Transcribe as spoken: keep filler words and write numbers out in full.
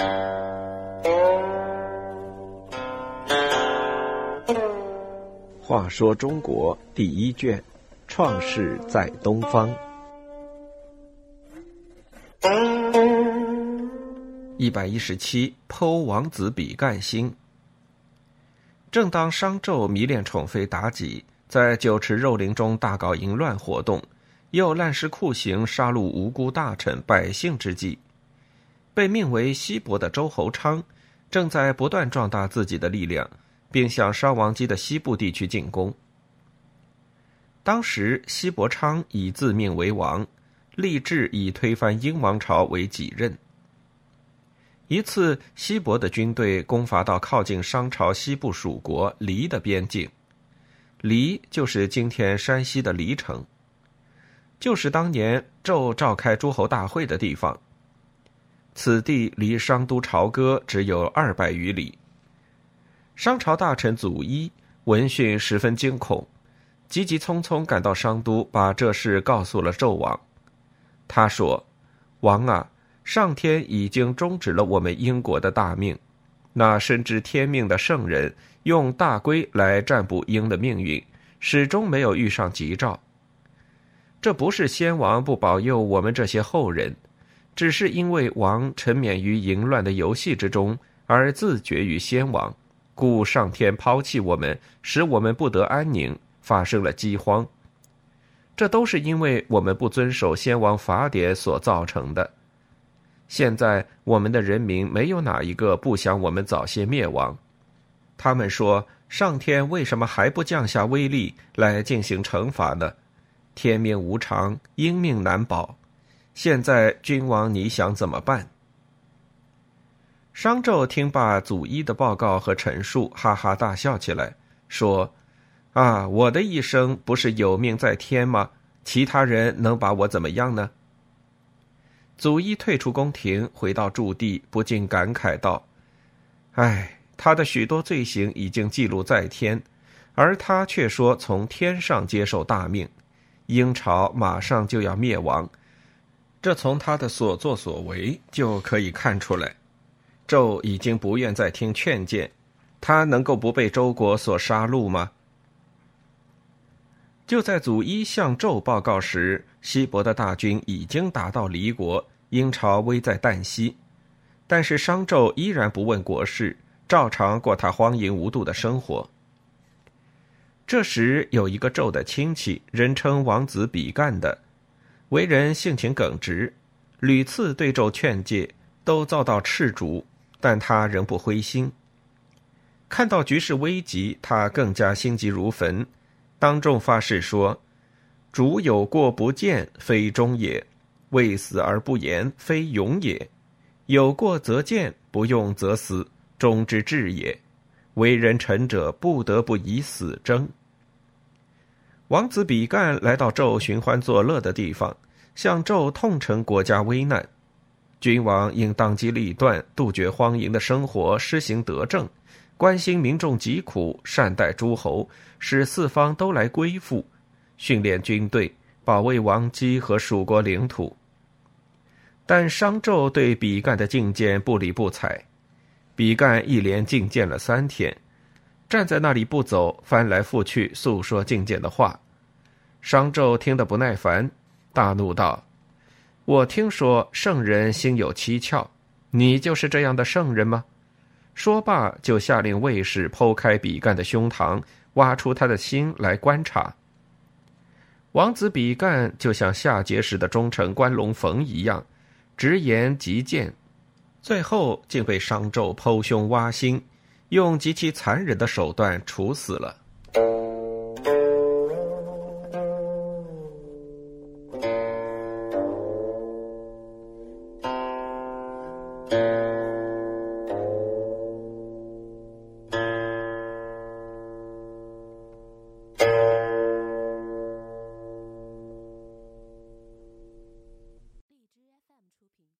话说中国第一卷，创世在东方。一百一十七，剖王子比干心。正当商纣迷恋宠妃妲己，在酒池肉林中大搞淫乱活动，又滥施酷刑杀戮无辜大臣百姓之际，被命为西伯的周侯昌正在不断壮大自己的力量，并向商王姬的西部地区进攻。当时西伯昌以自命为王，立志以推翻殷王朝为己任。一次，西伯的军队攻伐到靠近商朝西部属国黎的边境，黎就是今天山西的黎城，就是当年纣召开诸侯大会的地方。此地离商都朝歌只有二百余里。商朝大臣祖伊闻讯十分惊恐，急急匆匆赶到商都，把这事告诉了纣王。他说：王啊，上天已经终止了我们殷国的大命，那深知天命的圣人用大圭来占卜殷的命运，始终没有遇上吉兆。这不是先王不保佑我们这些后人，只是因为王沉湎于淫乱的游戏之中，而自绝于先王，故上天抛弃我们，使我们不得安宁，发生了饥荒。这都是因为我们不遵守先王法典所造成的。现在我们的人民没有哪一个不想我们早些灭亡。他们说，上天为什么还不降下威力来进行惩罚呢？天命无常，因命难保。现在君王你想怎么办？商纣听罢祖伊的报告和陈述，哈哈大笑起来，说：啊，我的一生不是有命在天吗？其他人能把我怎么样呢？祖伊退出宫廷，回到驻地，不禁感慨道：唉，他的许多罪行已经记录在天，而他却说从天上接受大命，殷朝马上就要灭亡。这从他的所作所为就可以看出来。纣已经不愿再听劝谏，他能够不被周国所杀戮吗？就在祖伊向纣报告时，西伯的大军已经达到黎国，殷朝危在旦夕。但是商纣依然不问国事，照常过他荒淫无度的生活。这时有一个纣的亲戚，人称王子比干的，为人性情耿直，屡次对纣劝诫，都遭到斥逐，但他仍不灰心。看到局势危急，他更加心急如焚，当众发誓说：主有过不谏，非忠也；未死而不言，非勇也。有过则谏，不用则死，忠之至也。为人臣者，不得不以死争。王子比干来到纣寻欢作乐的地方，向纣痛陈国家危难。君王应当机立断，杜绝荒淫的生活，施行德政，关心民众疾苦，善待诸侯，使四方都来归附，训练军队，保卫王姬和蜀国领土。但商纣对比干的进谏不理不睬，比干一连进谏了三天，站在那里不走，翻来覆去诉说进谏的话。商纣听得不耐烦，大怒道：我听说圣人心有七窍，你就是这样的圣人吗？说罢就下令卫士剖开比干的胸膛，挖出他的心来观察。王子比干就像夏桀时的忠臣关龙逢一样，直言极谏，最后竟被商纣剖胸挖心，用极其残忍的手段处死了。